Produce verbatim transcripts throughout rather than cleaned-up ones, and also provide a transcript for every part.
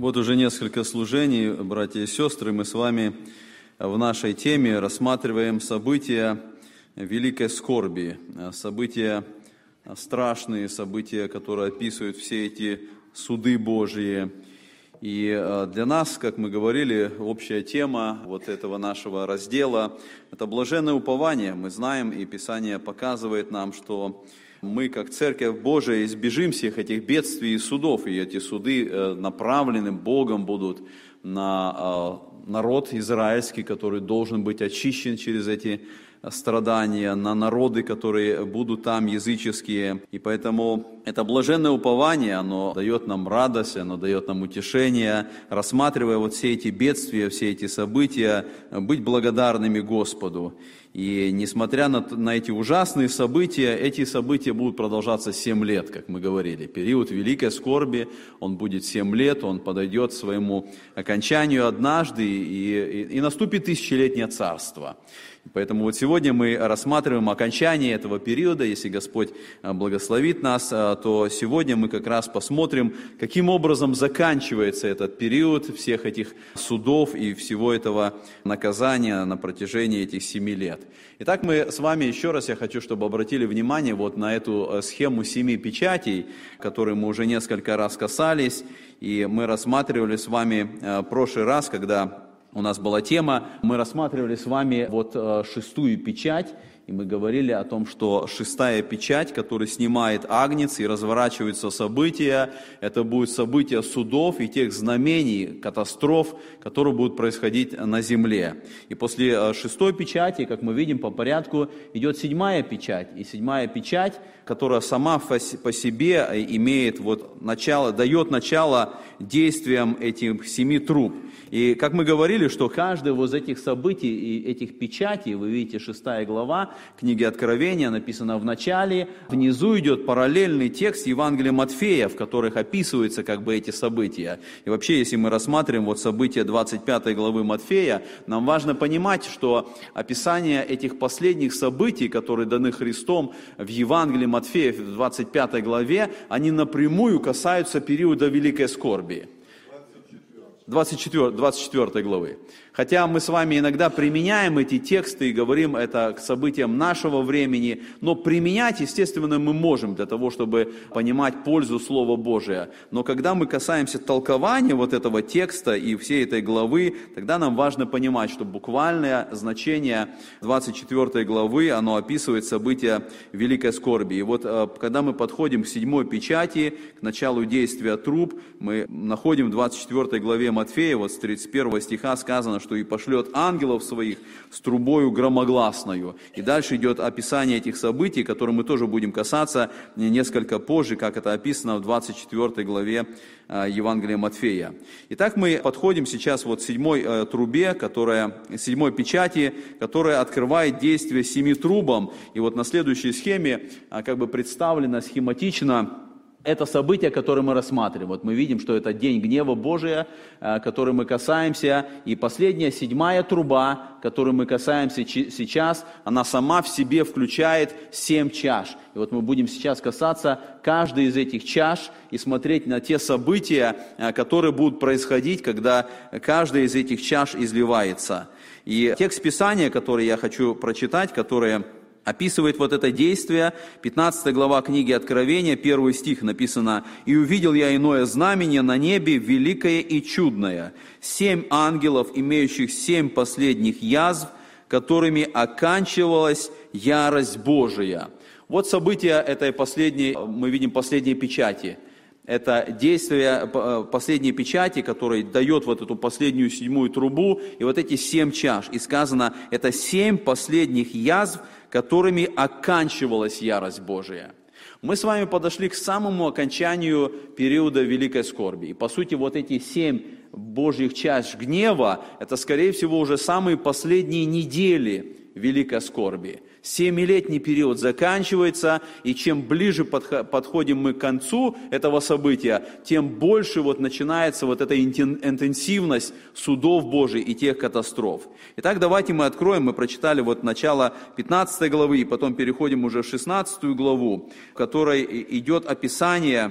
Вот уже несколько служений, братья и сестры, мы с вами в нашей теме рассматриваем события великой скорби, события страшные, события, которые описывают все эти суды Божьи. И для нас, как мы говорили, общая тема вот этого нашего раздела – это блаженное упование. Мы знаем, и Писание показывает нам, что мы, как Церковь Божия, избежим всех этих бедствий и судов, и эти суды направлены Богом будут на народ израильский, который должен быть очищен через эти страдания, на народы, которые будут там языческие. И поэтому это блаженное упование, оно дает нам радость, оно дает нам утешение, рассматривая вот все эти бедствия, все эти события, быть благодарными Господу. И несмотря на, на эти ужасные события, эти события будут продолжаться семь лет, как мы говорили. Период великой скорби, он будет семь лет, он подойдет к своему окончанию однажды, и, и, и наступит тысячелетнее царство. Поэтому вот сегодня мы рассматриваем окончание этого периода. Если Господь благословит нас, то сегодня мы как раз посмотрим, каким образом заканчивается этот период всех этих судов и всего этого наказания на протяжении этих семи лет. Итак, мы с вами еще раз, я хочу, чтобы обратили внимание вот на эту схему семи печатей, которой мы уже несколько раз касались, и мы рассматривали с вами в прошлый раз, когда у нас была тема, мы рассматривали с вами вот шестую печать, и мы говорили о том, что шестая печать, которая снимает агнец и разворачиваются события, это будут события судов и тех знамений, катастроф, которые будут происходить на земле. И после шестой печати, как мы видим по порядку, идет седьмая печать. И седьмая печать, которая сама по себе имеет вот начало, дает начало действиям этих семи труб. И как мы говорили, что каждое из этих событий и этих печатей, вы видите, шестая глава книги Откровения, написано в начале, внизу идет параллельный текст Евангелия Матфея, в которых описываются как бы эти события. И вообще, если мы рассматриваем вот события двадцать пятой главы Матфея, нам важно понимать, что описание этих последних событий, которые даны Христом в Евангелии Матфея в двадцать пятой главе, они напрямую касаются периода великой скорби. двадцать четвёртой главы. Хотя мы с вами иногда применяем эти тексты и говорим это к событиям нашего времени, но применять, естественно, мы можем для того, чтобы понимать пользу Слова Божия. Но когда мы касаемся толкования вот этого текста и всей этой главы, тогда нам важно понимать, что буквальное значение двадцать четвёртой главы, оно описывает события великой скорби. И вот когда мы подходим к седьмой печати, к началу действия труб, мы находим в двадцать четвёртой главе Матфея, вот с тридцать первого стиха сказано, что «И пошлет ангелов своих с трубою громогласною». И дальше идет описание этих событий, которые мы тоже будем касаться несколько позже, как это описано в двадцать четвёртой главе Евангелия Матфея. Итак, мы подходим сейчас вот к седьмой трубе, которая, седьмой печати, которая открывает действие семи трубам. И вот на следующей схеме как бы представлено схематично это событие, которое мы рассматриваем. Вот мы видим, что это день гнева Божия, который мы касаемся. И последняя, седьмая труба, которую мы касаемся сейчас, она сама в себе включает семь чаш. И вот мы будем сейчас касаться каждой из этих чаш и смотреть на те события, которые будут происходить, когда каждая из этих чаш изливается. И текст Писания, который я хочу прочитать, который описывает вот это действие, пятнадцатая глава книги Откровения, первый стих написано: «И увидел я иное знамение на небе, великое и чудное, семь ангелов, имеющих семь последних язв, которыми оканчивалась ярость Божия». Вот события этой последней, мы видим последние печати. Это действие последней печати, которая дает вот эту последнюю седьмую трубу, и вот эти семь чаш. И сказано, это семь последних язв, которыми оканчивалась ярость Божия. Мы с вами подошли к самому окончанию периода великой скорби. И по сути вот эти семь Божьих чаш гнева, это скорее всего уже самые последние недели великой скорби. Семилетний период заканчивается, и чем ближе подходим мы к концу этого события, тем больше вот начинается вот эта интенсивность судов Божьих и тех катастроф. Итак, давайте мы откроем, мы прочитали вот начало пятнадцатой главы, и потом переходим уже в шестнадцатую главу, в которой идет описание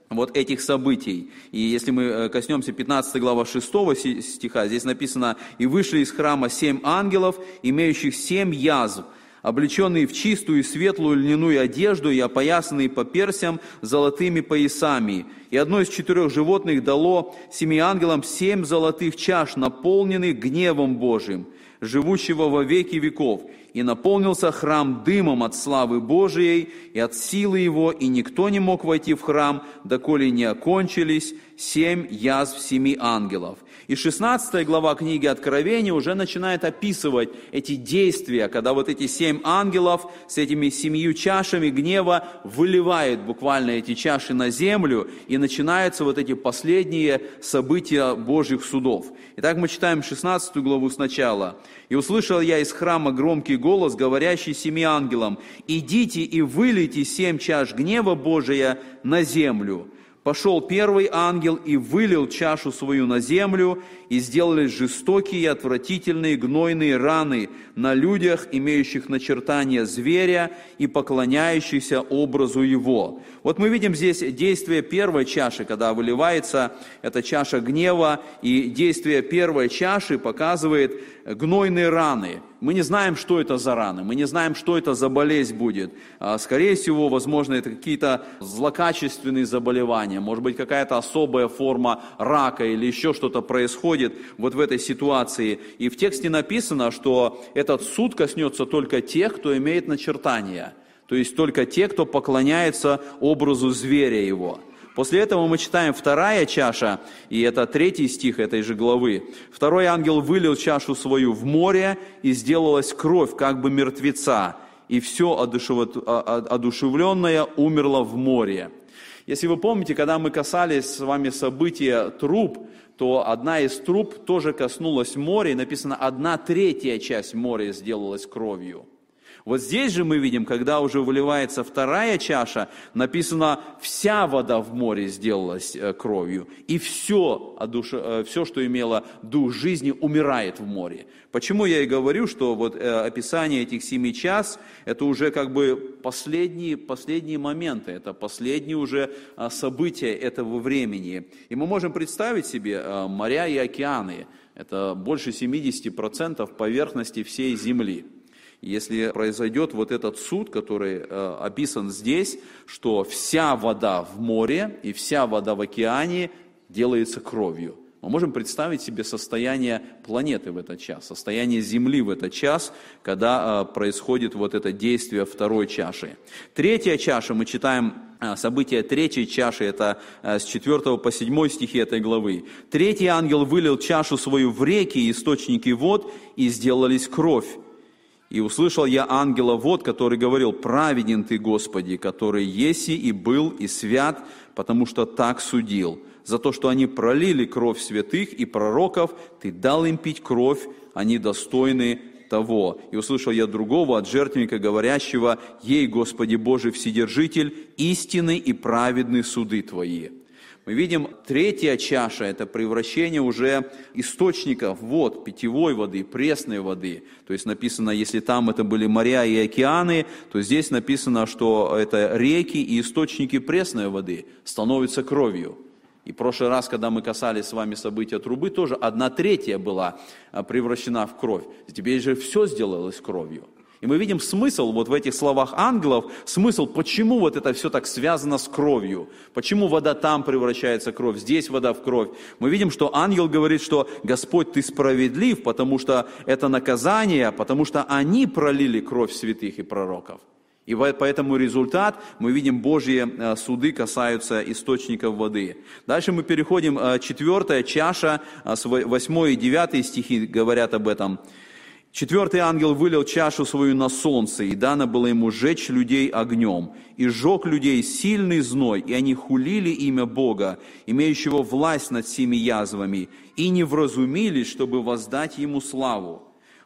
вот этих событий. И если мы коснемся пятнадцатой главы шестого стиха, здесь написано: «И вышли из храма семь ангелов, имеющих семь язв, облеченные в чистую и светлую льняную одежду и опоясанные по персям золотыми поясами. И одно из четырех животных дало семи ангелам семь золотых чаш, наполненных гневом Божиим, живущего во веки веков. И наполнился храм дымом от славы Божией и от силы его, и никто не мог войти в храм, доколе не окончились семь язв семи ангелов». И шестнадцатая глава книги Откровения уже начинает описывать эти действия, когда вот эти семь ангелов с этими семью чашами гнева выливают буквально эти чаши на землю, и начинаются вот эти последние события Божьих судов. Итак, мы читаем шестнадцатую главу сначала. «И услышал я из храма громкий голос, говорящий семи ангелам: идите и вылейте семь чаш гнева Божия на землю. Пошел первый ангел и вылил чашу свою на землю, и сделались жестокие и отвратительные гнойные раны на людях, имеющих начертание зверя и поклоняющихся образу его». Вот мы видим здесь действие первой чаши, когда выливается эта чаша гнева, и действие первой чаши показывает гнойные раны. Мы не знаем, что это за раны, мы не знаем, что это за болезнь будет. Скорее всего, возможно, это какие-то злокачественные заболевания, может быть, какая-то особая форма рака или еще что-то происходит вот в этой ситуации. И в тексте написано, что этот суд коснется только тех, кто имеет начертания, то есть только те, кто поклоняется образу зверя его. После этого мы читаем вторая чаша, и это третий стих этой же главы. «Второй ангел вылил чашу свою в море, и сделалась кровь, как бы мертвеца, и все одушевленное умерло в море». Если вы помните, когда мы касались с вами события труб, то одна из труб тоже коснулась моря, и написано, одна третья часть моря сделалась кровью. Вот здесь же мы видим, когда уже выливается вторая чаша, написано, вся вода в море сделалась кровью, и все, все, что имело дух жизни, умирает в море. Почему я и говорю, что вот описание этих семи чаш, это уже как бы последние, последние моменты, это последние уже события этого времени. И мы можем представить себе моря и океаны, это больше семьдесят процентов поверхности всей земли. Если произойдет вот этот суд, который э, описан здесь, что вся вода в море и вся вода в океане делается кровью. Мы можем представить себе состояние планеты в этот час, состояние Земли в этот час, когда э, происходит вот это действие второй чаши. Третья чаша, мы читаем э, события третьей чаши, это э, с четвёртого по седьмой стихи этой главы. «Третий ангел вылил чашу свою в реки и источники вод, и сделались кровь. И услышал я ангела вод, который говорил: праведен ты, Господи, который еси и был и свят, потому что так судил. За то, что они пролили кровь святых и пророков, ты дал им пить кровь, они достойны того. И услышал я другого от жертвенника, говорящего: ей, Господи Божий Вседержитель, истинны и праведны суды твои». Мы видим, третья чаша – это превращение уже источников вод, питьевой воды, пресной воды. То есть написано, если там это были моря и океаны, то здесь написано, что это реки и источники пресной воды становятся кровью. И в прошлый раз, когда мы касались с вами события трубы, тоже одна третья была превращена в кровь. Теперь же все сделалось кровью. И мы видим смысл вот в этих словах ангелов, смысл, почему вот это все так связано с кровью, почему вода там превращается в кровь, здесь вода в кровь. Мы видим, что ангел говорит, что Господь, ты справедлив, потому что это наказание, потому что они пролили кровь святых и пророков. И поэтому результат, мы видим, Божьи суды касаются источников воды. Дальше мы переходим, четвертая чаша, восьмой и девятый стихи говорят об этом. «Четвертый ангел вылил чашу свою на солнце, и дано было ему сжечь людей огнем, и сжег людей сильный зной, и они хулили имя Бога, имеющего власть над всеми язвами, и не вразумились, чтобы воздать ему славу.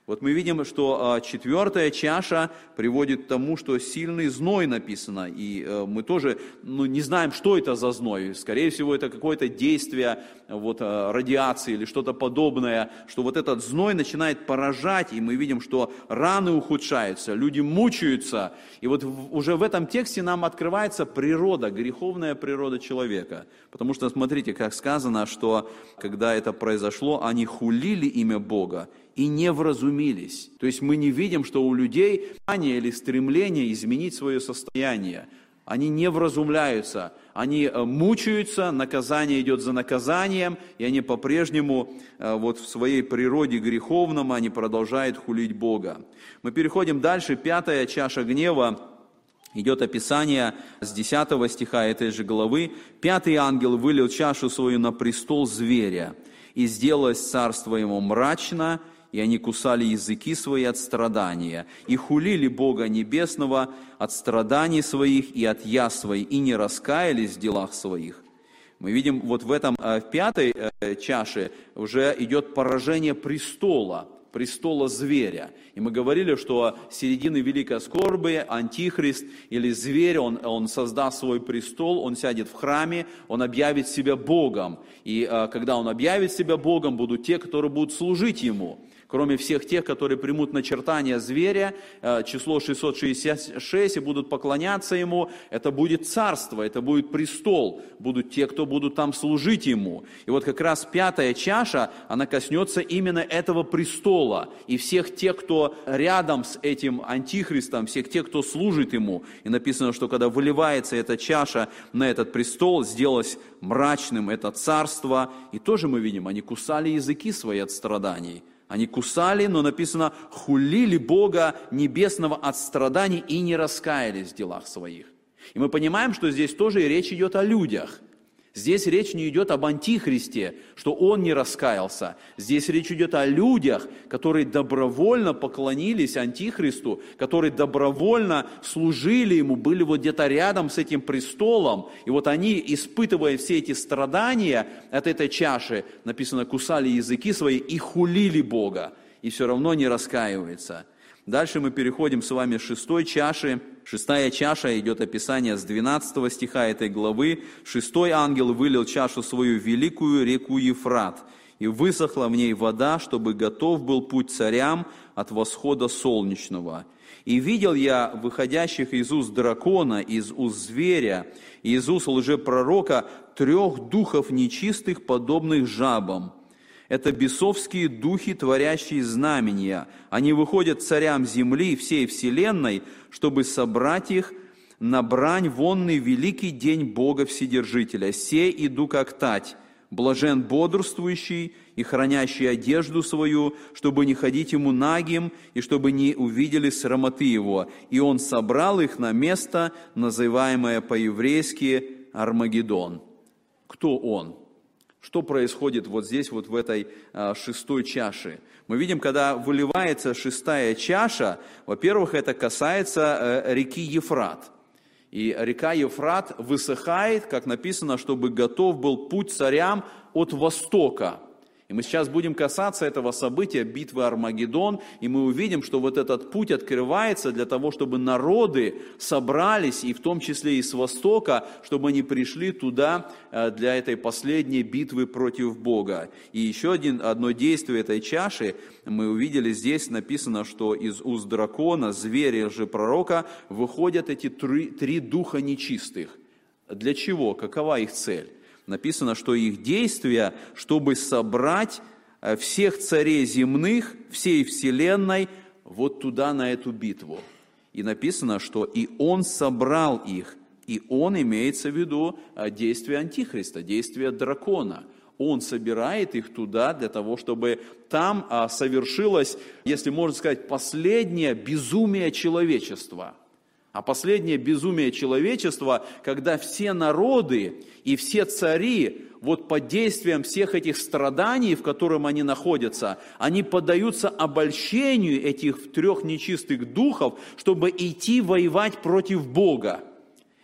Вот мы видим, что четвертая чаша приводит к тому, что сильный зной написано, и мы тоже ну, не знаем, что это за зной. Скорее всего, это какое-то действие вот, радиации или что-то подобное, что вот этот зной начинает поражать, и мы видим, что раны ухудшаются, люди мучаются. И вот уже в этом тексте нам открывается природа, греховная природа человека. Потому что, смотрите, как сказано, что когда это произошло, они хулили имя Бога и не вразумились. То есть мы не видим, что у людей желание или стремление изменить свое состояние. Они не вразумляются, они мучаются, наказание идет за наказанием, и они по-прежнему вот в своей природе греховном, они продолжают хулить Бога. Мы переходим дальше, пятая чаша гнева. Идет описание с десятого стиха этой же главы. «Пятый ангел вылил чашу свою на престол зверя, и сделалось царство ему мрачно, и они кусали языки свои от страдания, и хулили Бога Небесного от страданий своих и от яз своих, и не раскаялись в делах своих». Мы видим, вот в этом, в пятой чаше уже идет поражение престола, престола зверя. И мы говорили, что с середины великой скорби антихрист или зверь, он, он создаст свой престол, он сядет в храме, он объявит себя Богом. И когда он объявит себя Богом, будут те, которые будут служить ему. Кроме всех тех, которые примут начертание зверя, число шестьсот шестьдесят шесть, и будут поклоняться ему, это будет царство, это будет престол, будут те, кто будут там служить ему. И вот как раз пятая чаша, она коснется именно этого престола, и всех тех, кто рядом с этим антихристом, всех тех, кто служит ему. И написано, что когда выливается эта чаша на этот престол, сделалось мрачным это царство, и тоже мы видим, они кусали языки свои от страданий. Они кусали, но написано, хулили Бога Небесного от страданий и не раскаялись в делах своих. И мы понимаем, что здесь тоже и речь идет о людях. Здесь речь не идет об антихристе, что он не раскаялся. Здесь речь идет о людях, которые добровольно поклонились антихристу, которые добровольно служили ему, были вот где-то рядом с этим престолом. И вот они, испытывая все эти страдания от этой чаши, написано, кусали языки свои и хулили Бога, и все равно не раскаиваются. Дальше мы переходим с вами к шестой чаше. Шестая чаша, идет описание с двенадцатого стиха этой главы. «Шестой ангел вылил чашу свою в великую реку Ефрат, и высохла в ней вода, чтобы готов был путь царям от восхода солнечного. И видел я выходящих из уст дракона, из уст зверя, и из уст лжепророка трех духов нечистых, подобных жабам. Это бесовские духи, творящие знамения. Они выходят царям земли и всей вселенной, чтобы собрать их на брань вонный великий день Бога Вседержителя. Сей иду как тать, блажен бодрствующий и хранящий одежду свою, чтобы не ходить ему нагим, и чтобы не увидели срамоты его. И он собрал их на место, называемое по-еврейски Армагеддон». Кто он? Что происходит вот здесь, вот в этой а, шестой чаше? Мы видим, когда выливается шестая чаша, во-первых, это касается э, реки Ефрат. И река Ефрат высыхает, как написано, чтобы готов был путь царям от востока. И мы сейчас будем касаться этого события, битвы Армагеддон, и мы увидим, что вот этот путь открывается для того, чтобы народы собрались, и в том числе и с востока, чтобы они пришли туда для этой последней битвы против Бога. И еще один, одно действие этой чаши, мы увидели здесь, написано, что из уст дракона, зверя, лжепророка выходят эти три, три духа нечистых. Для чего? Какова их цель? Написано, что их действия, чтобы собрать всех царей земных, всей вселенной, вот туда, на эту битву. И написано, что и он собрал их, и он имеется в виду действие Антихриста, действие дракона. Он собирает их туда для того, чтобы там совершилось, если можно сказать, последнее безумие человечества. А последнее безумие человечества, когда все народы и все цари, вот под действием всех этих страданий, в которых они находятся, они поддаются обольщению этих трех нечистых духов, чтобы идти воевать против Бога.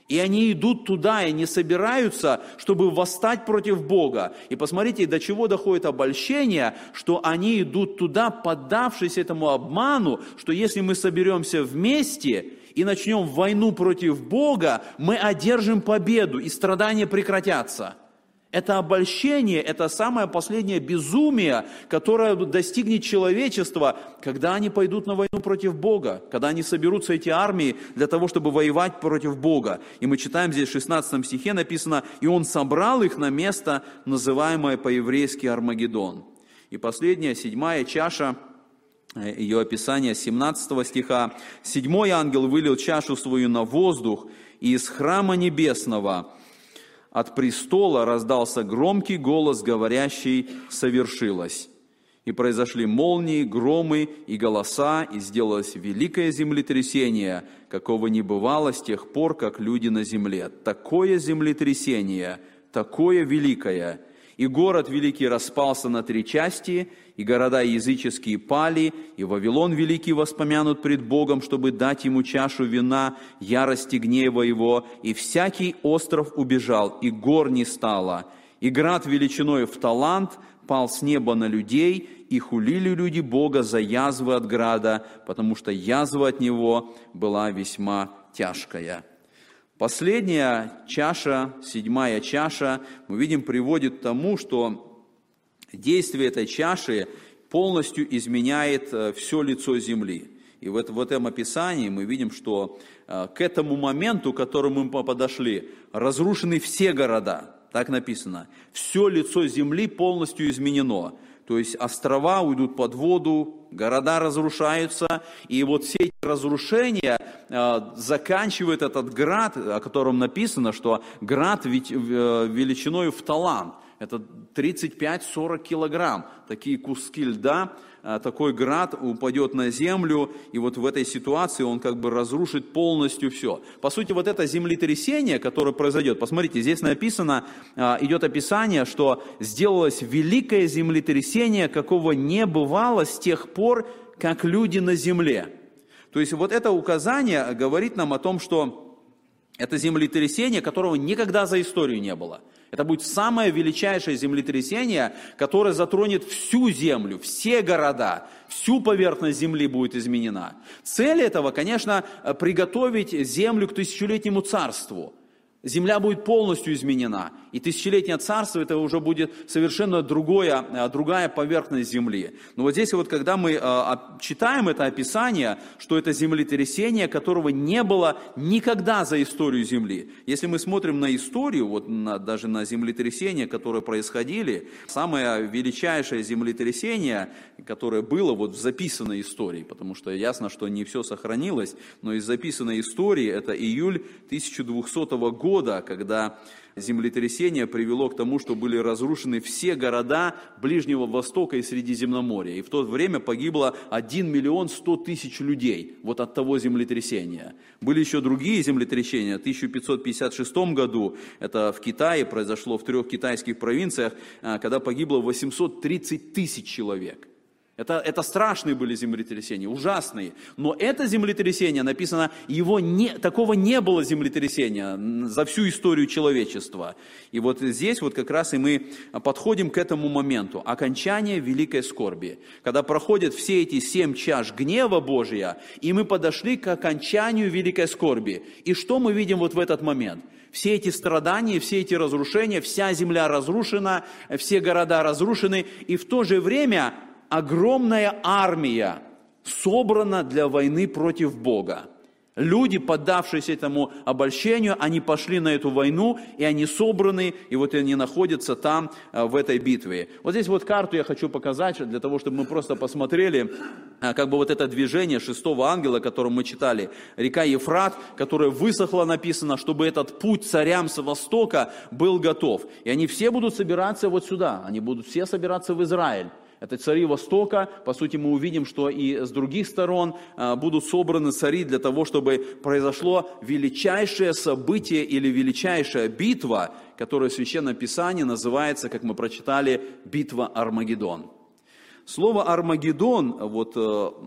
И они идут туда, и они собираются, чтобы восстать против Бога. И посмотрите, до чего доходит обольщение, что они идут туда, поддавшись этому обману, что если мы соберемся вместе и начнем войну против Бога, мы одержим победу, и страдания прекратятся. Это обольщение, это самое последнее безумие, которое достигнет человечества, когда они пойдут на войну против Бога, когда они соберутся, эти армии, для того, чтобы воевать против Бога. И мы читаем здесь в шестнадцатом стихе написано: «И он собрал их на место, называемое по-еврейски Армагеддон». И последняя, седьмая чаша, ее описание семнадцатого стиха. «Седьмой ангел вылил чашу свою на воздух, и из храма небесного от престола раздался громкий голос, говорящий: совершилось. И произошли молнии, громы и голоса, и сделалось великое землетрясение, какого не бывало с тех пор, как люди на земле. Такое землетрясение, такое великое. И город великий распался на три части, и города языческие пали, и Вавилон великий воспомянут пред Богом, чтобы дать ему чашу вина ярости гнева его, и всякий остров убежал, и гор не стало. И град величиной в талант пал с неба на людей, и хулили люди Бога за язвы от града, потому что язва от него была весьма тяжкая». Последняя чаша, седьмая чаша, мы видим, приводит к тому, что действие этой чаши полностью изменяет все лицо земли. И в этом описании мы видим, что к этому моменту, к которому мы подошли, разрушены все города. Так написано. Все лицо земли полностью изменено. То есть острова уйдут под воду, города разрушаются, и вот все эти разрушения э, заканчивают этот град, о котором написано, что град ведь, э, величиной в талант. Это тридцать пять сорок килограмм, такие куски льда, э, такой град упадет на землю, и вот в этой ситуации он как бы разрушит полностью все. По сути, вот это землетрясение, которое произойдет, посмотрите, здесь написано, э, идет описание, что сделалось великое землетрясение, какого не бывало с тех пор, как люди на земле. То есть вот это указание говорит нам о том, что это землетрясение, которого никогда за историю не было. Это будет самое величайшее землетрясение, которое затронет всю землю, все города, всю поверхность земли будет изменена. Цель этого, конечно, приготовить землю к тысячелетнему царству. Земля будет полностью изменена, и тысячелетнее царство это уже будет совершенно другое, другая поверхность земли. Но вот здесь вот, когда мы читаем это описание, что это землетрясение, которого не было никогда за историю земли. Если мы смотрим на историю, вот на, даже на землетрясения, которые происходили, самое величайшее землетрясение, которое было вот в записанной истории, потому что ясно, что не все сохранилось, но из записанной истории это июль тысяча двухсотого года, когда землетрясение привело к тому, что были разрушены все города Ближнего Востока и Средиземноморья. И в то время погибло один миллион сто тысяч людей вот от того землетрясения. Были еще другие землетрясения. В тысяча пятьсот пятьдесят шестом году, это в Китае произошло, в трех китайских провинциях, когда погибло восемьсот тридцать тысяч человек. Это, это страшные были землетрясения, ужасные. Но это землетрясение, написано, его не, такого не было землетрясения за всю историю человечества. И вот здесь вот как раз и мы подходим к этому моменту, окончания великой скорби. Когда проходят все эти семь чаш гнева Божия, и мы подошли к окончанию великой скорби. И что мы видим вот в этот момент? Все эти страдания, все эти разрушения, вся земля разрушена, все города разрушены, и в то же время огромная армия собрана для войны против Бога. Люди, поддавшись этому обольщению, они пошли на эту войну, и они собраны, и вот они находятся там, в этой битве. Вот здесь вот карту я хочу показать, для того, чтобы мы просто посмотрели, как бы вот это движение шестого ангела, которое мы читали, река Ефрат, которая высохла, написано, чтобы этот путь царям с востока был готов. И они все будут собираться вот сюда, они будут все собираться в Израиль. Это цари Востока, по сути мы увидим, что и с других сторон будут собраны цари для того, чтобы произошло величайшее событие или величайшая битва, которая в Священном Писании называется, как мы прочитали, битва Армагеддон. Слово «Армагеддон» вот,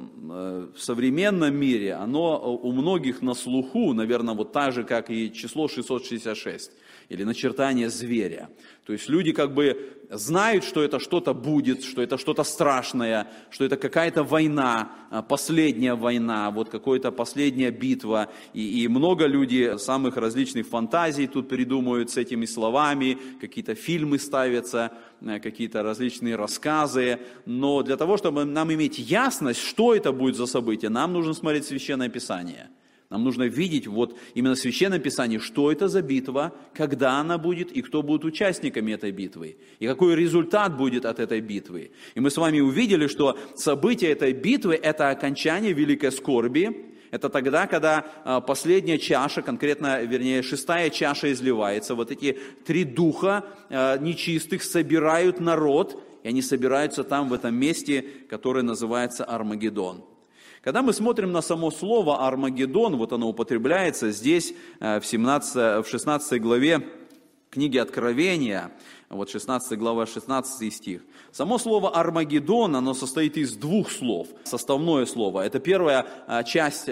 в современном мире, оно у многих на слуху, наверное, вот так же, как и число шестьсот шестьдесят шесть, или начертание зверя. То есть люди как бы знают, что это что-то будет, что это что-то страшное, что это какая-то война, последняя война, вот какая-то последняя битва. И, и много людей самых различных фантазий тут придумывают с этими словами, какие-то фильмы ставятся, какие-то различные рассказы. Но для того, чтобы нам иметь ясность, что это будет за событие, нам нужно смотреть Священное Писание. Нам нужно видеть вот именно в Священном Писании, что это за битва, когда она будет и кто будут участниками этой битвы, и какой результат будет от этой битвы. И мы с вами увидели, что событие этой битвы – это окончание великой скорби. Это тогда, когда последняя чаша, конкретно, вернее, шестая чаша изливается. Вот эти три духа нечистых собирают народ, и они собираются там, в этом месте, которое называется Армагеддон. Когда мы смотрим на само слово «Армагеддон», вот оно употребляется здесь, в, семнадцатой, в шестнадцатой главе книги Откровения, вот шестнадцатая глава, шестнадцатый стих. Само слово «Армагеддон», оно состоит из двух слов, составное слово. Это первая часть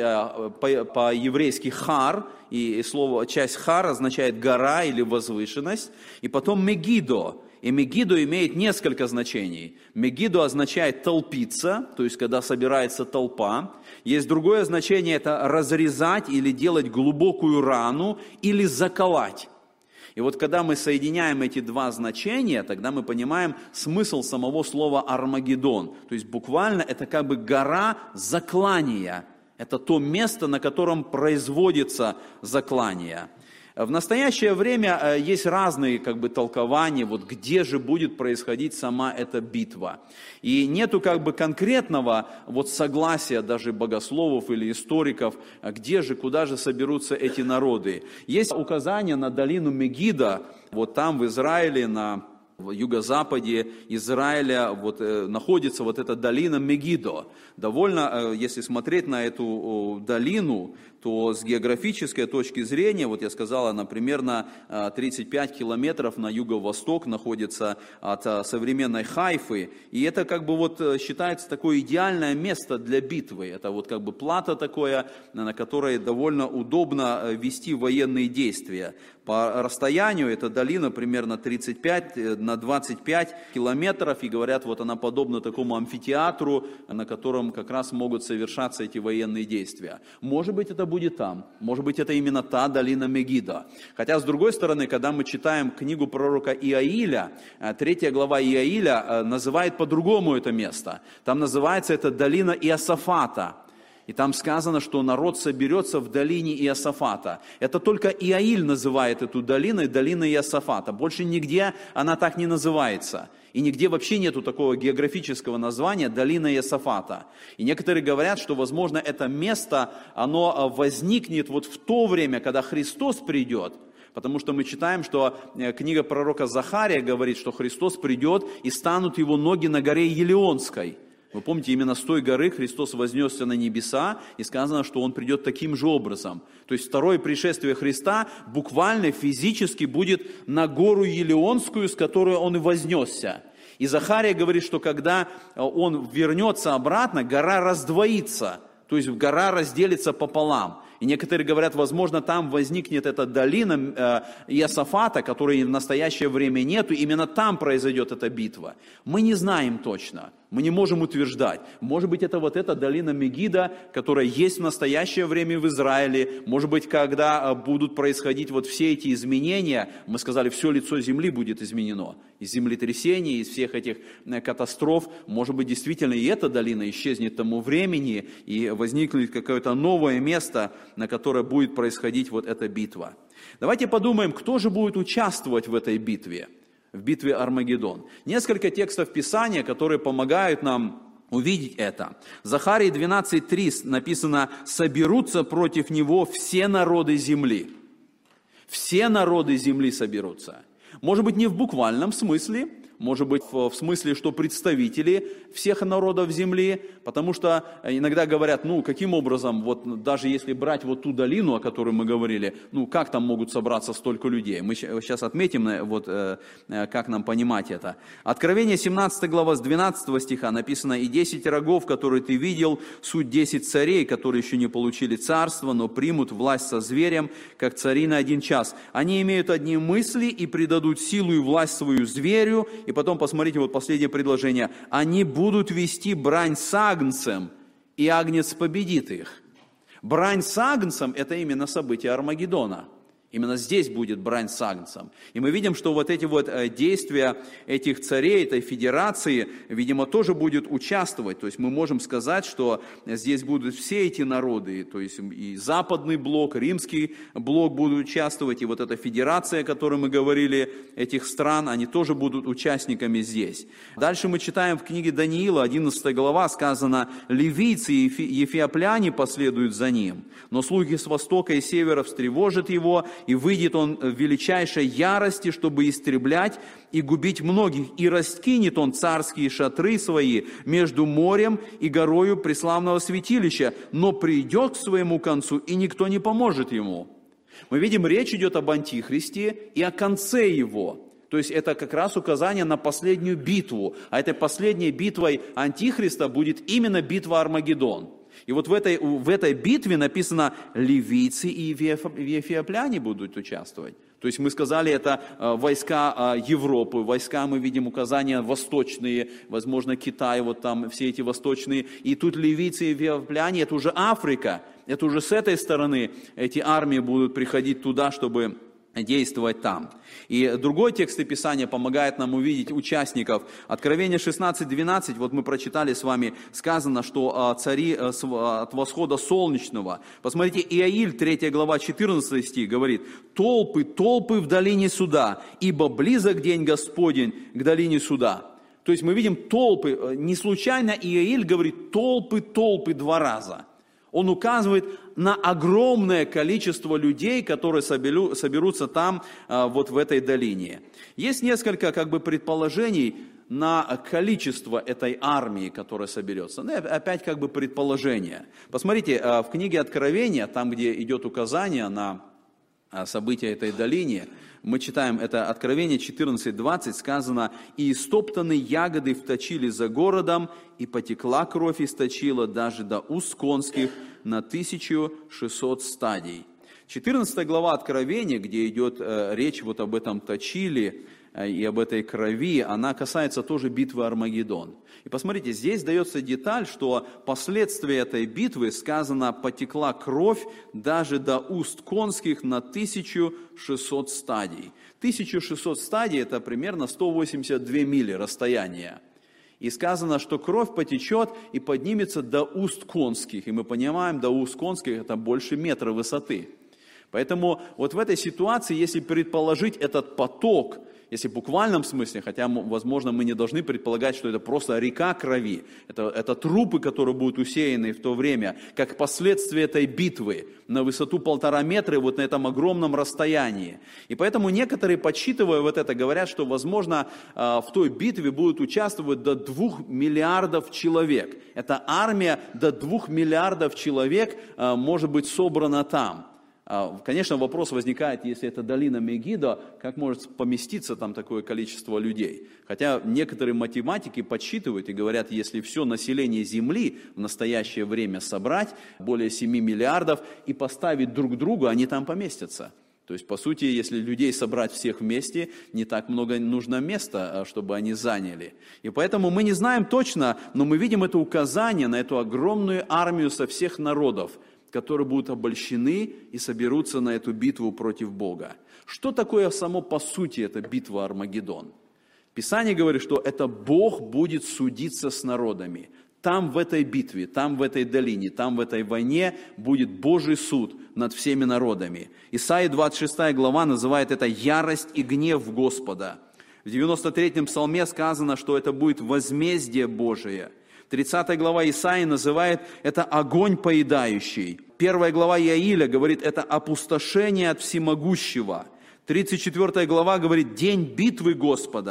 по-еврейски «хар», и слово, часть «хар» означает «гора» или «возвышенность», и потом «мегидо». И Мегидо имеет несколько значений. Мегидо означает толпиться, то есть когда собирается толпа. Есть другое значение, это разрезать или делать глубокую рану, или заколоть. И вот когда мы соединяем эти два значения, тогда мы понимаем смысл самого слова «Армагеддон». То есть буквально это как бы гора заклания. Это то место, на котором производится заклание. В настоящее время есть разные как бы толкования, вот где же будет происходить сама эта битва. И нету как бы конкретного вот согласия даже богословов или историков, где же, куда же соберутся эти народы. Есть указание на долину Мегидо, вот там в Израиле, на в юго-западе Израиля вот, э, находится вот эта долина Мегидо. Довольно, э, если смотреть на эту э, долину, то с географической точки зрения, вот я сказал, она примерно э, тридцать пять километров на юго-восток находится от э, современной Хайфы. И это как бы вот считается такое идеальное место для битвы. Это вот как бы плато такое, на которой довольно удобно вести военные действия. По расстоянию эта долина примерно тридцать пять на двадцать пять километров, и говорят, вот она подобна такому амфитеатру, на котором как раз могут совершаться эти военные действия. Может быть, это будет там, может быть, это именно та долина Мегидо. Хотя, с другой стороны, когда мы читаем книгу пророка Иаиля, третья глава Иаиля называет по-другому это место. Там называется это долина Иосафата. И там сказано, что народ соберется в долине Иосафата. Это только Иаиль называет эту долину долиной Иосафата. Больше нигде она так не называется. И нигде вообще нету такого географического названия долина Иосафата. И некоторые говорят, что, возможно, это место, оно возникнет вот в то время, когда Христос придет. Потому что мы читаем, что книга пророка Захария говорит, что Христос придет и станут его ноги на горе Елеонской. Вы помните, именно с той горы Христос вознесся на небеса, и сказано, что Он придет таким же образом. То есть второе пришествие Христа буквально физически будет на гору Елеонскую, с которой Он и вознесся. И Захария говорит, что когда Он вернется обратно, гора раздвоится, то есть гора разделится пополам. И некоторые говорят, возможно, там возникнет эта долина Иосафата, которой в настоящее время нету, именно там произойдет эта битва. Мы не знаем точно, мы не можем утверждать. Может быть, это вот эта долина Мегидо, которая есть в настоящее время в Израиле. Может быть, когда будут происходить вот все эти изменения, мы сказали, все лицо земли будет изменено. Из землетрясений, из всех этих катастроф, может быть, действительно и эта долина исчезнет к тому времени, и возникнет какое-то новое место, на которое будет происходить вот эта битва. Давайте подумаем, кто же будет участвовать в этой битве, в битве Армагеддон. Несколько текстов Писания, которые помогают нам увидеть это. В Захарии двенадцать три написано: «Соберутся против него все народы земли». Все народы земли соберутся. Может быть, не в буквальном смысле, Может быть, в смысле, что представители всех народов земли, потому что иногда говорят, ну, каким образом, вот даже если брать вот ту долину, о которой мы говорили, ну, как там могут собраться столько людей? Мы сейчас отметим, вот, как нам понимать это. Откровение семнадцатая глава с двенадцатого стиха написано: «И десять рогов, которые ты видел, суть десять царей, которые еще не получили царство, но примут власть со зверем, как цари на один час. Они имеют одни мысли и придадут силу и власть свою зверю». И потом посмотрите, вот последнее предложение. «Они будут вести брань с агнцем, и агнец победит их». Брань с агнцем – это именно событие Армагеддона. Именно здесь будет брань с агнцем. И мы видим, что вот эти вот действия этих царей, этой федерации, видимо, тоже будет участвовать. То есть мы можем сказать, что здесь будут все эти народы, то есть и западный блок, римский блок будут участвовать, и вот эта федерация, о которой мы говорили, этих стран, они тоже будут участниками здесь. Дальше мы читаем в книге Даниила, одиннадцатая глава, сказано: «Ливийцы и ефиопляне последуют за ним, но слуги с востока и севера встревожат его, и выйдет он в величайшей ярости, чтобы истреблять и губить многих, и раскинет он царские шатры свои между морем и горою преславного святилища, но придет к своему концу, и никто не поможет ему». Мы видим, речь идет об Антихристе и о конце его. То есть это как раз указание на последнюю битву. А этой последней битвой Антихриста будет именно битва Армагеддон. И вот в этой, в этой битве написано, ливийцы и ефиопляне будут участвовать. То есть мы сказали, это войска Европы, войска, мы видим указания восточные, возможно, Китай, вот там все эти восточные. И тут ливийцы и ефиопляне, это уже Африка, это уже с этой стороны эти армии будут приходить туда, чтобы действовать там. И другой текст Писания помогает нам увидеть участников. Откровение шестнадцать двенадцать, вот мы прочитали с вами, сказано, что цари от восхода солнечного. Посмотрите, Иаиль, третья глава, четырнадцатый стих говорит: «Толпы, толпы в долине суда, ибо близок день Господень к долине суда». То есть мы видим толпы, не случайно Иаиль говорит толпы, толпы два раза. Он указывает на огромное количество людей, которые соберутся там, вот в этой долине. Есть несколько как бы предположений на количество этой армии, которая соберется. Ну, опять как бы предположение. Посмотрите, в книге Откровения, там, где идет указание на события этой долине, мы читаем, это Откровение четырнадцать двадцать, сказано: «И истоптанные ягоды вточили за городом, и потекла кровь источила даже до уст конских на тысячу шестьсот стадий». четырнадцатая глава Откровения, где идет э, речь вот об этом точили э, и об этой крови, она касается тоже битвы Армагеддон. И посмотрите, здесь дается деталь, что последствия этой битвы, сказано, потекла кровь даже до уст конских на тысячу шестьсот стадий. тысяча шестьсот стадий – это примерно сто восемьдесят две мили расстояния. И сказано, что кровь потечет и поднимется до уст конских. И мы понимаем, до уст конских это больше метра высоты. Поэтому вот в этой ситуации, если предположить этот поток, если в буквальном смысле, хотя, возможно, мы не должны предполагать, что это просто река крови, это, это трупы, которые будут усеяны в то время, как последствие этой битвы на высоту полтора метра, вот на этом огромном расстоянии. И поэтому некоторые, подсчитывая вот это, говорят, что, возможно, в той битве будут участвовать до двух миллиардов человек. Эта армия до двух миллиардов человек может быть собрана там. Конечно, вопрос возникает, если это долина Мегидо, как может поместиться там такое количество людей? Хотя некоторые математики подсчитывают и говорят, если все население Земли в настоящее время собрать, более семи миллиардов, и поставить друг к другу, они там поместятся. То есть, по сути, если людей собрать всех вместе, не так много нужно места, чтобы они заняли. И поэтому мы не знаем точно, но мы видим это указание на эту огромную армию со всех народов, которые будут обольщены и соберутся на эту битву против Бога. Что такое само по сути эта битва Армагеддон? Писание говорит, что это Бог будет судиться с народами. Там в этой битве, там в этой долине, там в этой войне будет Божий суд над всеми народами. Исайя двадцать шестая глава называет это «ярость и гнев Господа». В девяносто третьем псалме сказано, что это будет возмездие Божие. тридцатая глава Исаии называет это огонь поедающий. Первая глава Иаиля говорит, это опустошение от всемогущего. тридцать четвёртая глава говорит, день битвы Господа.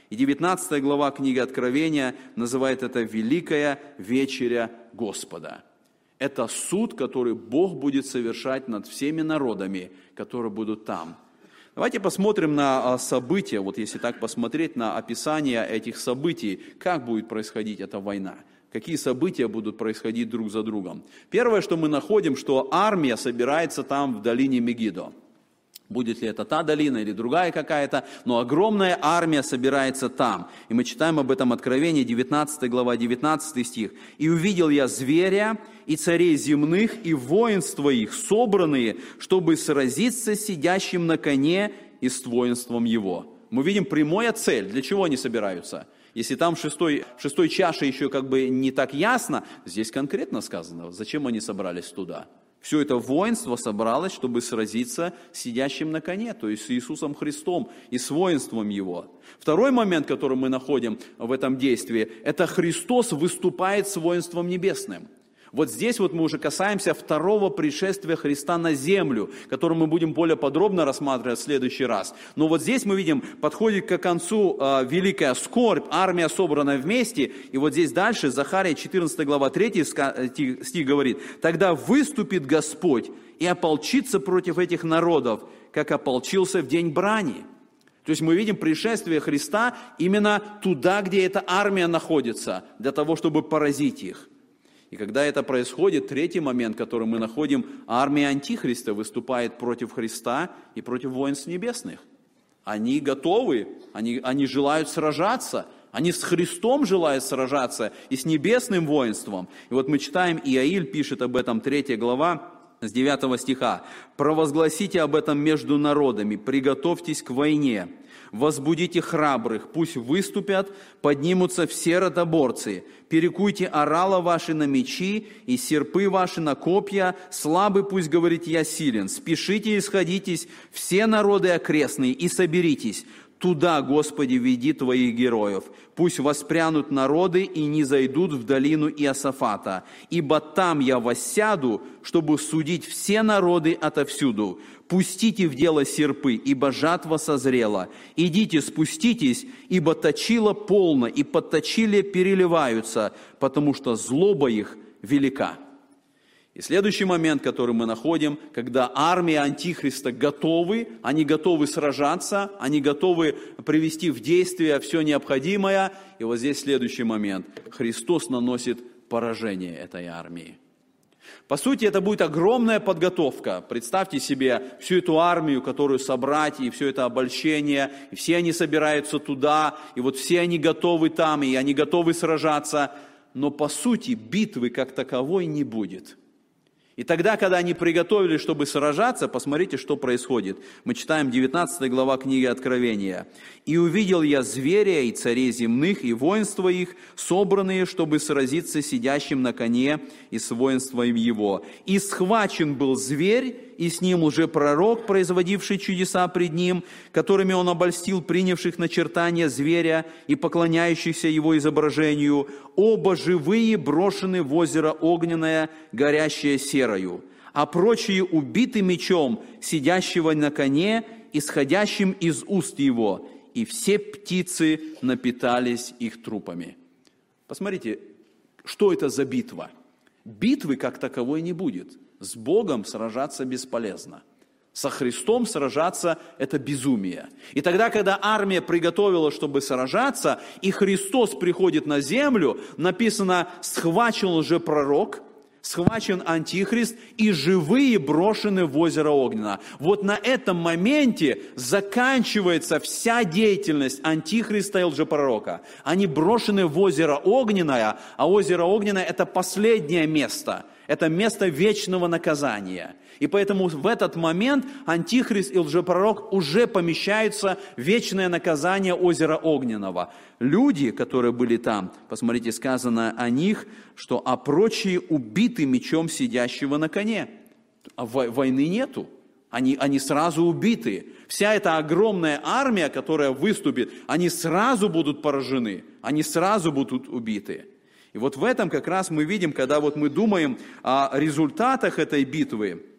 И девятнадцатая глава книги Откровения называет это «Великая вечеря Господа». Это суд, который Бог будет совершать над всеми народами, которые будут там. Давайте посмотрим на события, вот если так посмотреть на описание этих событий, как будет происходить эта война, какие события будут происходить друг за другом. Первое, что мы находим, что армия собирается там в долине Мегидо. Будет ли это та долина или другая какая-то, но огромная армия собирается там. И мы читаем об этом Откровении, девятнадцатая глава, девятнадцатый стих. «И увидел я зверя и царей земных, и воинства их, собранные, чтобы сразиться с сидящим на коне и с воинством его». Мы видим прямая цель. Для чего они собираются? Если там в шестой, в шестой чаше еще как бы не так ясно, здесь конкретно сказано, зачем они собрались туда. Все это воинство собралось, чтобы сразиться с сидящим на коне, то есть с Иисусом Христом и с воинством Его. Второй момент, который мы находим в этом действии, это Христос выступает с воинством небесным. Вот здесь вот мы уже касаемся второго пришествия Христа на землю, которое мы будем более подробно рассматривать в следующий раз. Но вот здесь мы видим, подходит к концу э, великая скорбь, армия собрана вместе. И вот здесь дальше, Захария четырнадцатая глава, третий стих говорит: «Тогда выступит Господь и ополчится против этих народов, как ополчился в день брани». То есть мы видим пришествие Христа именно туда, где эта армия находится, для того, чтобы поразить их. И когда это происходит, третий момент, который мы находим, армия Антихриста выступает против Христа и против воинств небесных. Они готовы, они, они желают сражаться, они с Христом желают сражаться и с небесным воинством. И вот мы читаем, Иаиль пишет об этом, третья глава, с девятого стиха. «Провозгласите об этом между народами, приготовьтесь к войне. Возбудите храбрых, пусть выступят, поднимутся все ротоборцы. Перекуйте орала ваши на мечи и серпы ваши на копья. Слабый пусть говорит: я силен. Спешите и сходитесь, все народы окрестные, и соберитесь. Туда, Господи, веди Твоих героев. Пусть воспрянут народы и не зайдут в долину Иосафата. Ибо там я воссяду, чтобы судить все народы отовсюду. Пустите в дело серпы, ибо жатва созрела. Идите, спуститесь, ибо точило полно, и подточили переливаются, потому что злоба их велика». И следующий момент, который мы находим, когда армия Антихриста готовы, они готовы сражаться, они готовы привести в действие все необходимое. И вот здесь следующий момент. Христос наносит поражение этой армии. По сути, это будет огромная подготовка. Представьте себе всю эту армию, которую собрать, и все это обольщение, и все они собираются туда, и вот все они готовы там, и они готовы сражаться. Но по сути, битвы как таковой не будет. И тогда, когда они приготовились, чтобы сражаться, посмотрите, что происходит. Мы читаем девятнадцатая глава книги Откровения. «И увидел я зверя и царей земных, и воинства их, собранные, чтобы сразиться с сидящим на коне и с воинством его. И схвачен был зверь, и с ним лжепророк, производивший чудеса пред ним, которыми он обольстил принявших начертания зверя и поклоняющихся его изображению. Оба живые брошены в озеро огненное, горящее серою, а прочие убиты мечом сидящего на коне, исходящим из уст его, и все птицы напитались их трупами». Посмотрите, что это за битва? Битвы как таковой не будет. С Богом сражаться бесполезно. Со Христом сражаться – это безумие. И тогда, когда армия приготовилась, чтобы сражаться, и Христос приходит на землю, написано: «Схвачен лжепророк, схвачен Антихрист, и живые брошены в озеро огненное». Вот на этом моменте заканчивается вся деятельность Антихриста и лжепророка. Они брошены в озеро огненное, а озеро огненное – это последнее место. Это место вечного наказания. И поэтому в этот момент Антихрист и лжепророк уже помещаются в вечное наказание озера Огненного. Люди, которые были там, посмотрите, сказано о них, что «а прочие убиты мечом сидящего на коне». А войны нету. Они, они сразу убиты. Вся эта огромная армия, которая выступит, они сразу будут поражены. Они сразу будут убиты. И вот в этом как раз мы видим, когда вот мы думаем о результатах этой битвы,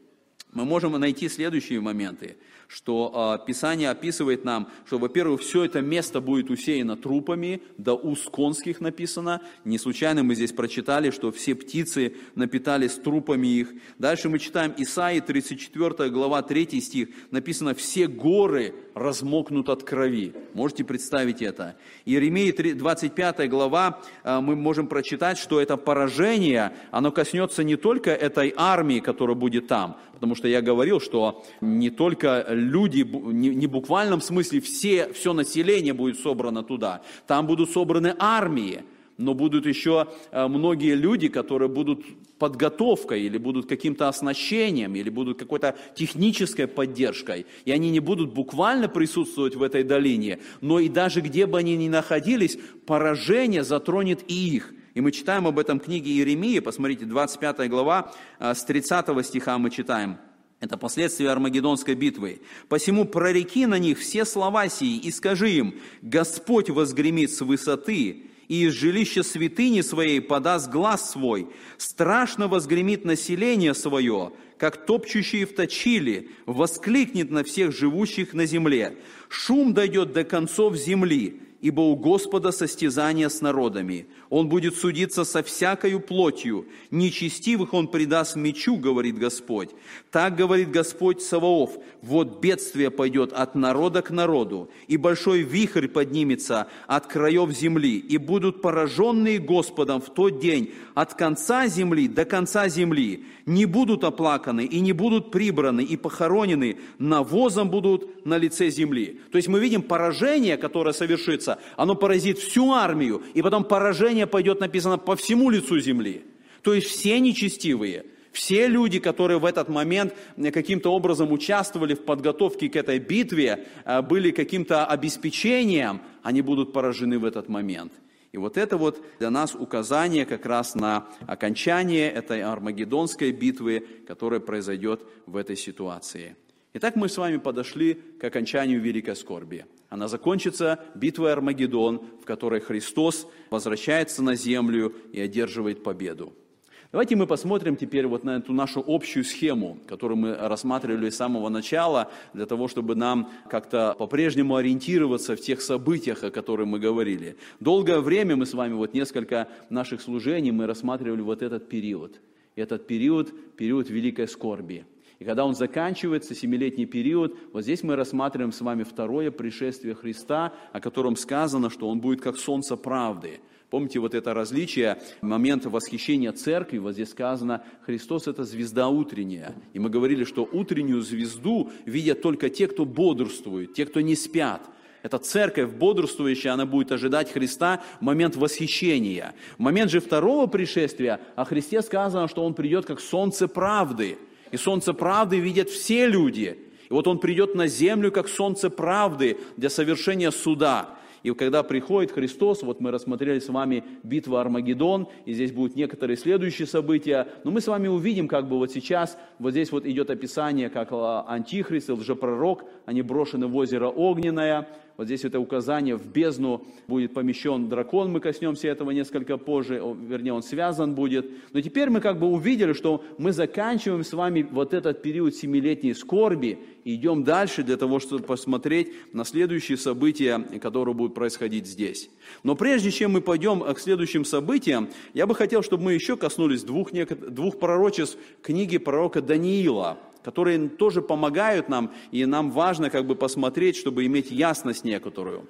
мы можем найти следующие моменты, что э, Писание описывает нам, что, во-первых, все это место будет усеяно трупами, до уст конских написано. Не случайно мы здесь прочитали, что все птицы напитались трупами их. Дальше мы читаем Исаии, тридцать четвёртая глава, третий стих, написано: «Все горы размокнут от крови». Можете представить это? Иеремии, двадцать пятая глава, э, мы можем прочитать, что это поражение, оно коснется не только этой армии, которая будет там, потому что я говорил, что не только люди, не в буквальном смысле все, все население будет собрано туда. Там будут собраны армии, но будут еще многие люди, которые будут подготовкой, или будут каким-то оснащением, или будут какой-то технической поддержкой. И они не будут буквально присутствовать в этой долине, но и даже где бы они ни находились, поражение затронет и их. И мы читаем об этом в книге Иеремии, посмотрите, двадцать пятая глава, с тридцатого стиха мы читаем. Это последствия Армагеддонской битвы. «Посему прореки на них все слова сии и скажи им: Господь возгремит с высоты, и из жилища святыни своей подаст глас свой. Страшно возгремит население свое, как топчущие в точиле, воскликнет на всех живущих на земле. Шум дойдет до концов земли, ибо у Господа состязание с народами. Он будет судиться со всякою плотью. Нечестивых он предаст мечу, говорит Господь. Так говорит Господь Саваоф: вот бедствие пойдет от народа к народу, и большой вихрь поднимется от краев земли, и будут пораженные Господом в тот день от конца земли до конца земли. Не будут оплаканы и не будут прибраны и похоронены, навозом будут на лице земли». То есть мы видим поражение, которое совершится, оно поразит всю армию, и потом поражение пойдет, написано, по всему лицу земли. То есть все нечестивые, все люди, которые в этот момент каким-то образом участвовали в подготовке к этой битве, были каким-то обеспечением, они будут поражены в этот момент. И вот это вот для нас указание как раз на окончание этой Армагеддонской битвы, которая произойдет в этой ситуации. Итак, мы с вами подошли к окончанию великой скорби. Она закончится битвой Армагеддон, в которой Христос возвращается на землю и одерживает победу. Давайте мы посмотрим теперь вот на эту нашу общую схему, которую мы рассматривали с самого начала, для того, чтобы нам как-то по-прежнему ориентироваться в тех событиях, о которых мы говорили. Долгое время мы с вами, вот несколько наших служений, мы рассматривали вот этот период. Этот период, период великой скорби. И когда он заканчивается, семилетний период, вот здесь мы рассматриваем с вами второе пришествие Христа, о котором сказано, что он будет как солнце правды. Помните вот это различие, момент восхищения церкви, вот здесь сказано, Христос – это звезда утренняя. И мы говорили, что утреннюю звезду видят только те, кто бодрствует, те, кто не спят. Эта церковь бодрствующая, она будет ожидать Христа в момент восхищения. В момент же второго пришествия о Христе сказано, что Он придет как солнце правды. И солнце правды видят все люди. И вот Он придет на землю как солнце правды для совершения суда. И когда приходит Христос, вот мы рассмотрели с вами битву Армагеддон, и здесь будут некоторые следующие события, но мы с вами увидим, как бы вот сейчас, вот здесь вот идет описание, как антихрист и лжепророк, они брошены в озеро Огненное. Вот здесь это указание, в бездну будет помещен дракон, мы коснемся этого несколько позже, вернее, он связан будет. Но теперь мы как бы увидели, что мы заканчиваем с вами вот этот период семилетней скорби и идем дальше для того, чтобы посмотреть на следующие события, которые будут происходить здесь. Но прежде чем мы пойдем к следующим событиям, я бы хотел, чтобы мы еще коснулись двух, двух пророчеств книги пророка Даниила, которые тоже помогают нам, и нам важно как бы посмотреть, чтобы иметь ясность некоторую.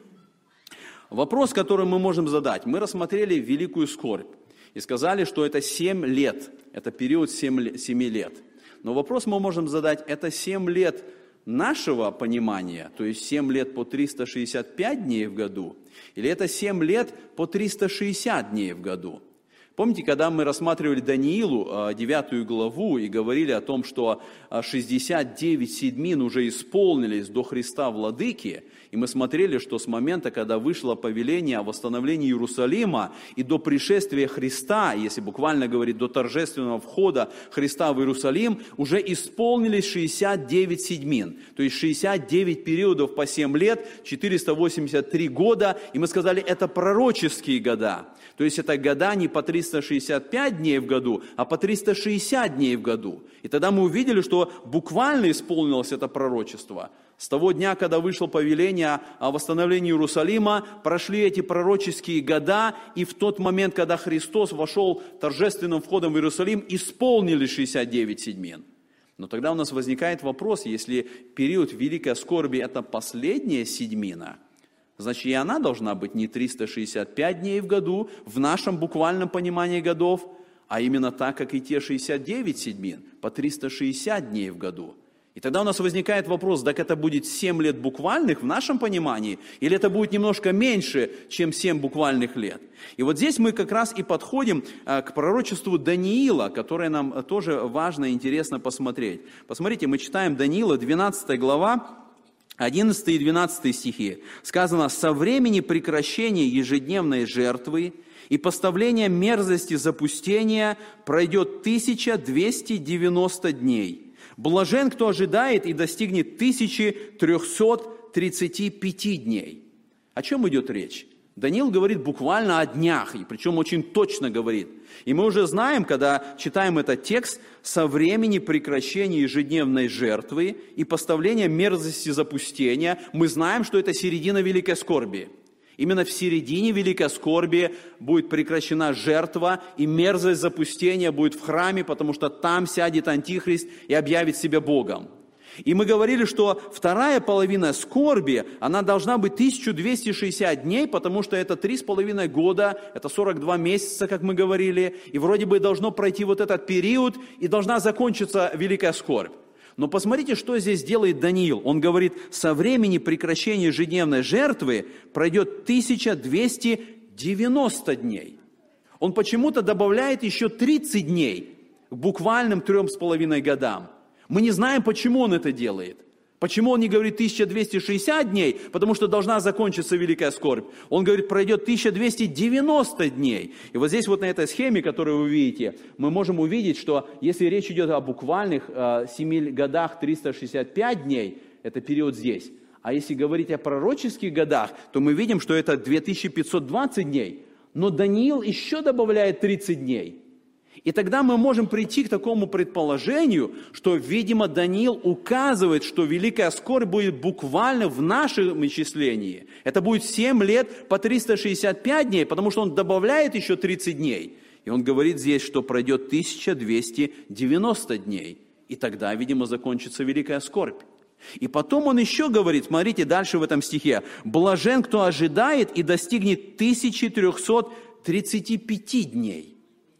Вопрос, который мы можем задать. Мы рассмотрели великую скорбь и сказали, что это семь лет, это период семи лет. Но вопрос мы можем задать, это семь лет нашего понимания, то есть семь лет по триста шестьдесят пять дней в году, или это семь лет по триста шестьдесят дней в году? Помните, когда мы рассматривали Даниилу, девятую главу, и говорили о том, что шестьдесят девять седьмин уже исполнились до Христа Владыки, и мы смотрели, что с момента, когда вышло повеление о восстановлении Иерусалима, и до пришествия Христа, если буквально говорить, до торжественного входа Христа в Иерусалим, уже исполнились шестьдесят девять седьмин, то есть шестьдесят девять периодов по семь лет, четыреста восемьдесят три года, и мы сказали, это пророческие года, то есть это года не по триста триста шестьдесят пять дней в году, а по триста шестьдесят дней в году. И тогда мы увидели, что буквально исполнилось это пророчество. С того дня, когда вышло повеление о восстановлении Иерусалима, прошли эти пророческие года, и в тот момент, когда Христос вошел торжественным входом в Иерусалим, исполнились шестьдесят девять седьмин. Но тогда у нас возникает вопрос, если период великой скорби – это последняя седьмина, значит, и она должна быть не триста шестьдесят пять дней в году, в нашем буквальном понимании годов, а именно так, как и те шестьдесят девять седьмин, по триста шестьдесят дней в году. И тогда у нас возникает вопрос, так это будет семь лет буквальных в нашем понимании, или это будет немножко меньше, чем семь буквальных лет? И вот здесь мы как раз и подходим к пророчеству Даниила, которое нам тоже важно и интересно посмотреть. Посмотрите, мы читаем Даниила, двенадцатая глава, одиннадцатый и двенадцатый стихи. Сказано: «Со времени прекращения ежедневной жертвы и поставления мерзости запустения пройдет тысяча двести девяносто дней. Блажен, кто ожидает и достигнет тысячи трехсот тридцати пяти дней». О чем идет речь? Даниил говорит буквально о днях, и причем очень точно говорит. И мы уже знаем, когда читаем этот текст, со времени прекращения ежедневной жертвы и поставления мерзости запустения, мы знаем, что это середина великой скорби. Именно в середине великой скорби будет прекращена жертва, и мерзость запустения будет в храме, потому что там сядет Антихрист и объявит себя Богом. И мы говорили, что вторая половина скорби, она должна быть тысяча двести шестьдесят дней, потому что это три с половиной года, это сорок два месяца, как мы говорили, и вроде бы должно пройти вот этот период, и должна закончиться великая скорбь. Но посмотрите, что здесь делает Даниил. Он говорит, со времени прекращения ежедневной жертвы пройдет тысяча двести девяносто дней. Он почему-то добавляет еще тридцать дней к буквальным трем с половиной годам. Мы не знаем, почему он это делает. Почему он не говорит тысяча двести шестьдесят дней, потому что должна закончиться великая скорбь. Он говорит, пройдет тысяча двести девяносто дней. И вот здесь вот на этой схеме, которую вы видите, мы можем увидеть, что если речь идет о буквальных э, семи годах триста шестьдесят пять дней, это период здесь. А если говорить о пророческих годах, то мы видим, что это две тысячи пятьсот двадцать дней. Но Даниил еще добавляет тридцать дней. И тогда мы можем прийти к такому предположению, что, видимо, Даниил указывает, что великая скорбь будет буквально в нашем исчислении. Это будет семь лет по триста шестьдесят пять дней, потому что он добавляет еще тридцать дней. И он говорит здесь, что пройдет тысяча двести девяносто дней. И тогда, видимо, закончится великая скорбь. И потом он еще говорит, смотрите, дальше в этом стихе, «Блажен, кто ожидает и достигнет тысячи трехсот тридцати пяти дней».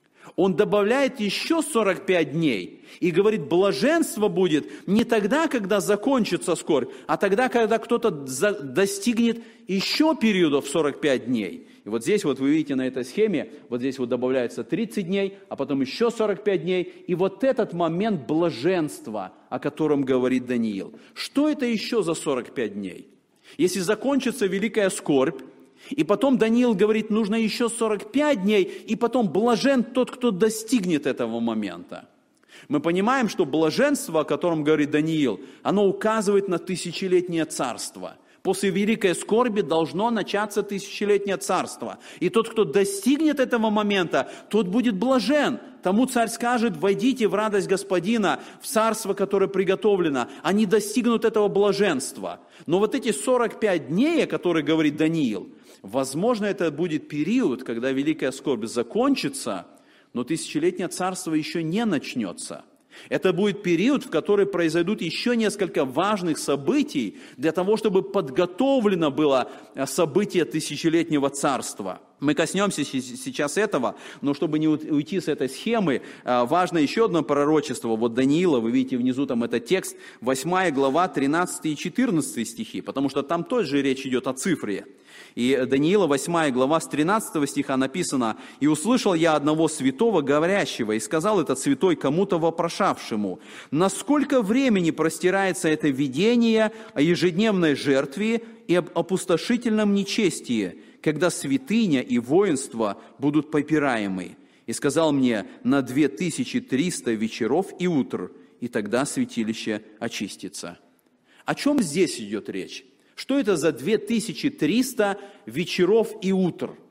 Он добавляет еще сорок пять дней и говорит, блаженство будет не тогда, когда закончится скорбь, а тогда, когда кто-то достигнет еще периодов сорок пять дней. И вот здесь вот вы видите на этой схеме, вот здесь вот добавляется тридцать дней, а потом еще сорок пять дней. И вот этот момент блаженства, о котором говорит Даниил. Что это еще за сорок пять дней? Если закончится великая скорбь, и потом Даниил говорит, нужно еще сорок пять дней, и потом блажен тот, кто достигнет этого момента. Мы понимаем, что блаженство, о котором говорит Даниил, оно указывает на тысячелетнее царство. После великой скорби должно начаться тысячелетнее царство. И тот, кто достигнет этого момента, тот будет блажен. Тому царь скажет, войдите в радость Господина, в царство, которое приготовлено. Они достигнут этого блаженства. Но вот эти сорок пять дней, о которых говорит Даниил, возможно, это будет период, когда великая скорбь закончится, но тысячелетнее царство еще не начнется. Это будет период, в который произойдут еще несколько важных событий для того, чтобы подготовлено было событие тысячелетнего царства. Мы коснемся сейчас этого, но чтобы не уйти с этой схемы, важно еще одно пророчество. Вот Даниила, вы видите внизу там этот текст, восьмая глава, тринадцатый и четырнадцатый стихи, потому что там тоже речь идет о цифре. И Даниила, восьмая глава, с тринадцатого стиха написано, «И услышал я одного святого, говорящего, и сказал этот святой кому-то вопрошавшему, насколько времени простирается это видение о ежедневной жертве и об опустошительном нечестии, когда святыня и воинство будут попираемы. И сказал мне, на две тысячи триста вечеров и утр, и тогда святилище очистится». О чем здесь идет речь? Что это за две тысячи триста вечеров и утр?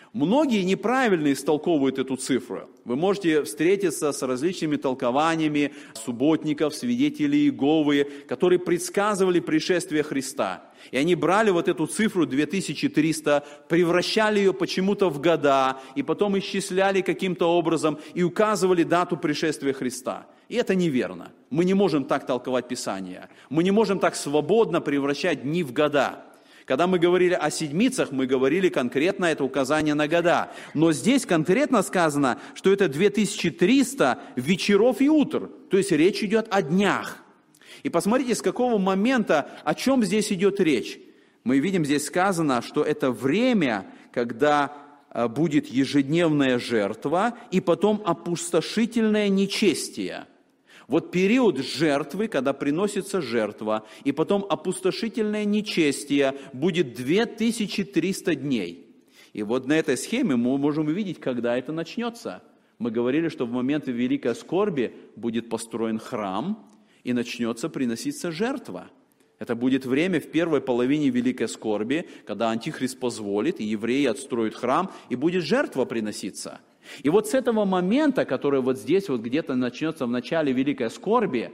Многие неправильно истолковывают эту цифру. Вы можете встретиться с различными толкованиями субботников, свидетелей Иеговы, которые предсказывали пришествие Христа. И они брали вот эту цифру две тысячи триста, превращали ее почему-то в года, и потом исчисляли каким-то образом и указывали дату пришествия Христа. И это неверно. Мы не можем так толковать Писание. Мы не можем так свободно превращать дни в года. Когда мы говорили о седмицах, мы говорили конкретно это указание на года. Но здесь конкретно сказано, что это две тысячи триста вечеров и утр. То есть речь идет о днях. И посмотрите, с какого момента, о чем здесь идет речь. Мы видим, здесь сказано, что это время, когда будет ежедневная жертва и потом опустошительное нечестие. Вот период жертвы, когда приносится жертва, и потом опустошительное нечестие, будет две тысячи триста дней. И вот на этой схеме мы можем увидеть, когда это начнется. Мы говорили, что в момент великой скорби будет построен храм, и начнется приноситься жертва. Это будет время в первой половине великой скорби, когда Антихрист позволит, и евреи отстроят храм, и будет жертва приноситься. И вот с этого момента, который вот здесь вот где-то начнется в начале великой скорби,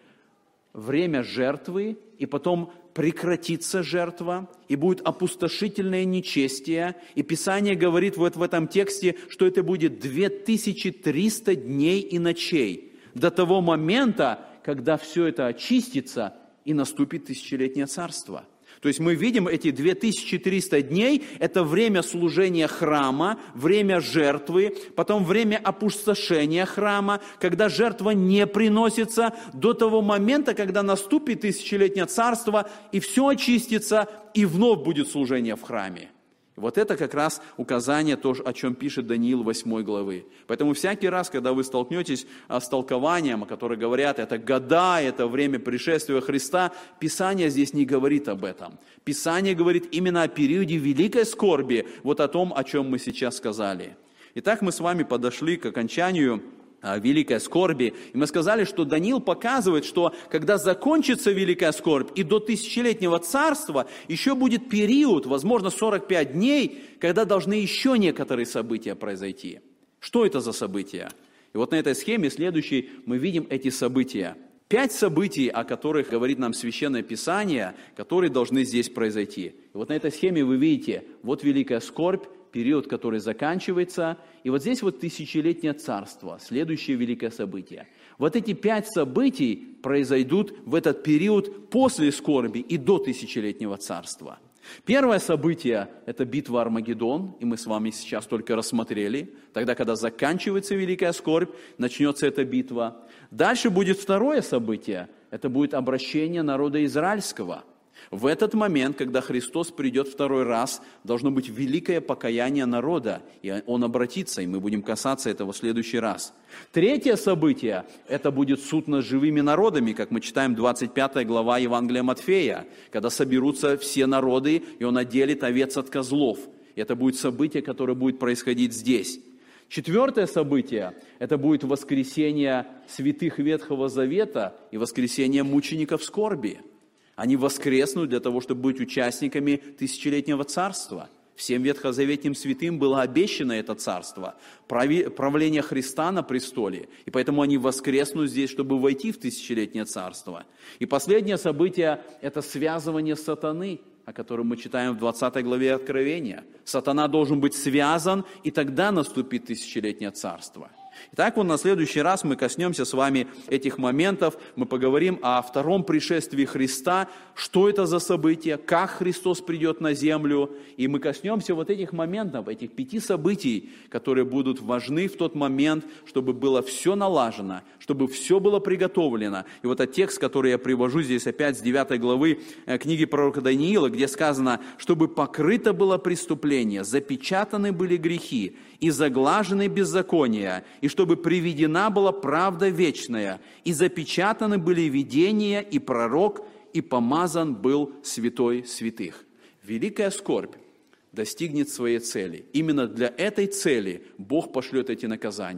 время жертвы, и потом прекратится жертва, и будет опустошительное нечестие. И Писание говорит вот в этом тексте, что это будет две тысячи триста дней и ночей, до того момента, когда все это очистится, и наступит тысячелетнее царство. То есть мы видим эти две тысячи триста дней, это время служения храма, время жертвы, потом время опустошения храма, когда жертва не приносится, до того момента, когда наступит тысячелетнее царство, и все очистится, и вновь будет служение в храме. Вот это как раз указание, то, о чем пишет Даниил восьмой главы. Поэтому всякий раз, когда вы столкнетесь с толкованием, которые говорят, это года, это время пришествия Христа, Писание здесь не говорит об этом. Писание говорит именно о периоде великой скорби, вот о том, о чем мы сейчас сказали. Итак, мы с вами подошли к окончанию великой скорби, и мы сказали, что Даниил показывает, что когда закончится великая скорбь и до тысячелетнего царства еще будет период, возможно, сорок пять дней, когда должны еще некоторые события произойти. Что это за события? И вот на этой схеме следующей мы видим эти события. Пять событий, о которых говорит нам Священное Писание, которые должны здесь произойти. И вот на этой схеме вы видите, вот великая скорбь, период, который заканчивается, и вот здесь вот тысячелетнее царство, следующее великое событие. Вот эти пять событий произойдут в этот период после скорби и до тысячелетнего царства. Первое событие – это битва Армагеддон, и мы с вами сейчас только рассмотрели. Тогда, когда заканчивается великая скорбь, начнется эта битва. Дальше будет второе событие – это будет обращение народа израильского. В этот момент, когда Христос придет второй раз, должно быть великое покаяние народа, и Он обратится, и мы будем касаться этого в следующий раз. Третье событие – это будет суд над живыми народами, как мы читаем двадцать пятая глава Евангелия Матфея, когда соберутся все народы, и Он отделит овец от козлов. И это будет событие, которое будет происходить здесь. Четвертое событие – это будет воскресение святых Ветхого Завета и воскресение мучеников скорби. Они воскреснут для того, чтобы быть участниками тысячелетнего царства. Всем ветхозаветным святым было обещано это царство, правление Христа на престоле. И поэтому они воскреснут здесь, чтобы войти в тысячелетнее царство. И последнее событие – это связывание сатаны, о котором мы читаем в двадцатой главе Откровения. Сатана должен быть связан, и тогда наступит тысячелетнее царство. Итак, вот на следующий раз мы коснемся с вами этих моментов, мы поговорим о втором пришествии Христа, что это за событие, как Христос придет на землю, и мы коснемся вот этих моментов, этих пяти событий, которые будут важны в тот момент, чтобы было все налажено, чтобы все было приготовлено. И вот этот текст, который я привожу здесь опять с девятой главы книги пророка Даниила, где сказано, чтобы покрыто было преступление, запечатаны были грехи и заглажены беззакония, и чтобы приведена была правда вечная, и запечатаны были видения, и пророк, и помазан был святой святых. Великая скорбь достигнет своей цели. Именно для этой цели Бог пошлет эти наказания.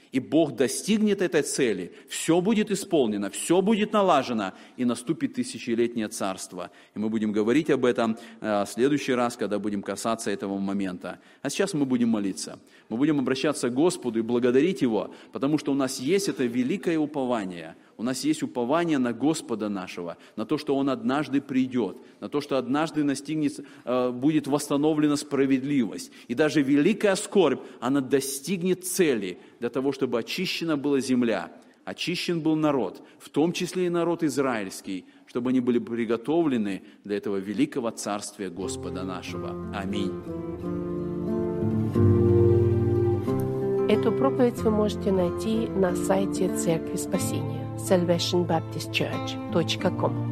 И Бог достигнет этой цели, все будет исполнено, все будет налажено, и наступит тысячелетнее царство. И мы будем говорить об этом в следующий раз, когда будем касаться этого момента. А сейчас мы будем молиться. Мы будем обращаться к Господу и благодарить Его, потому что у нас есть это великое упование. У нас есть упование на Господа нашего, на то, что Он однажды придет, на то, что однажды настигнет, будет восстановлена справедливость. И даже великая скорбь, она достигнет цели для того, чтобы очищена была земля, очищен был народ, в том числе и народ израильский, чтобы они были приготовлены для этого великого царствия Господа нашего. Аминь. Эту проповедь вы можете найти на сайте Церкви Спасения салвейшн баптист черч точка ком.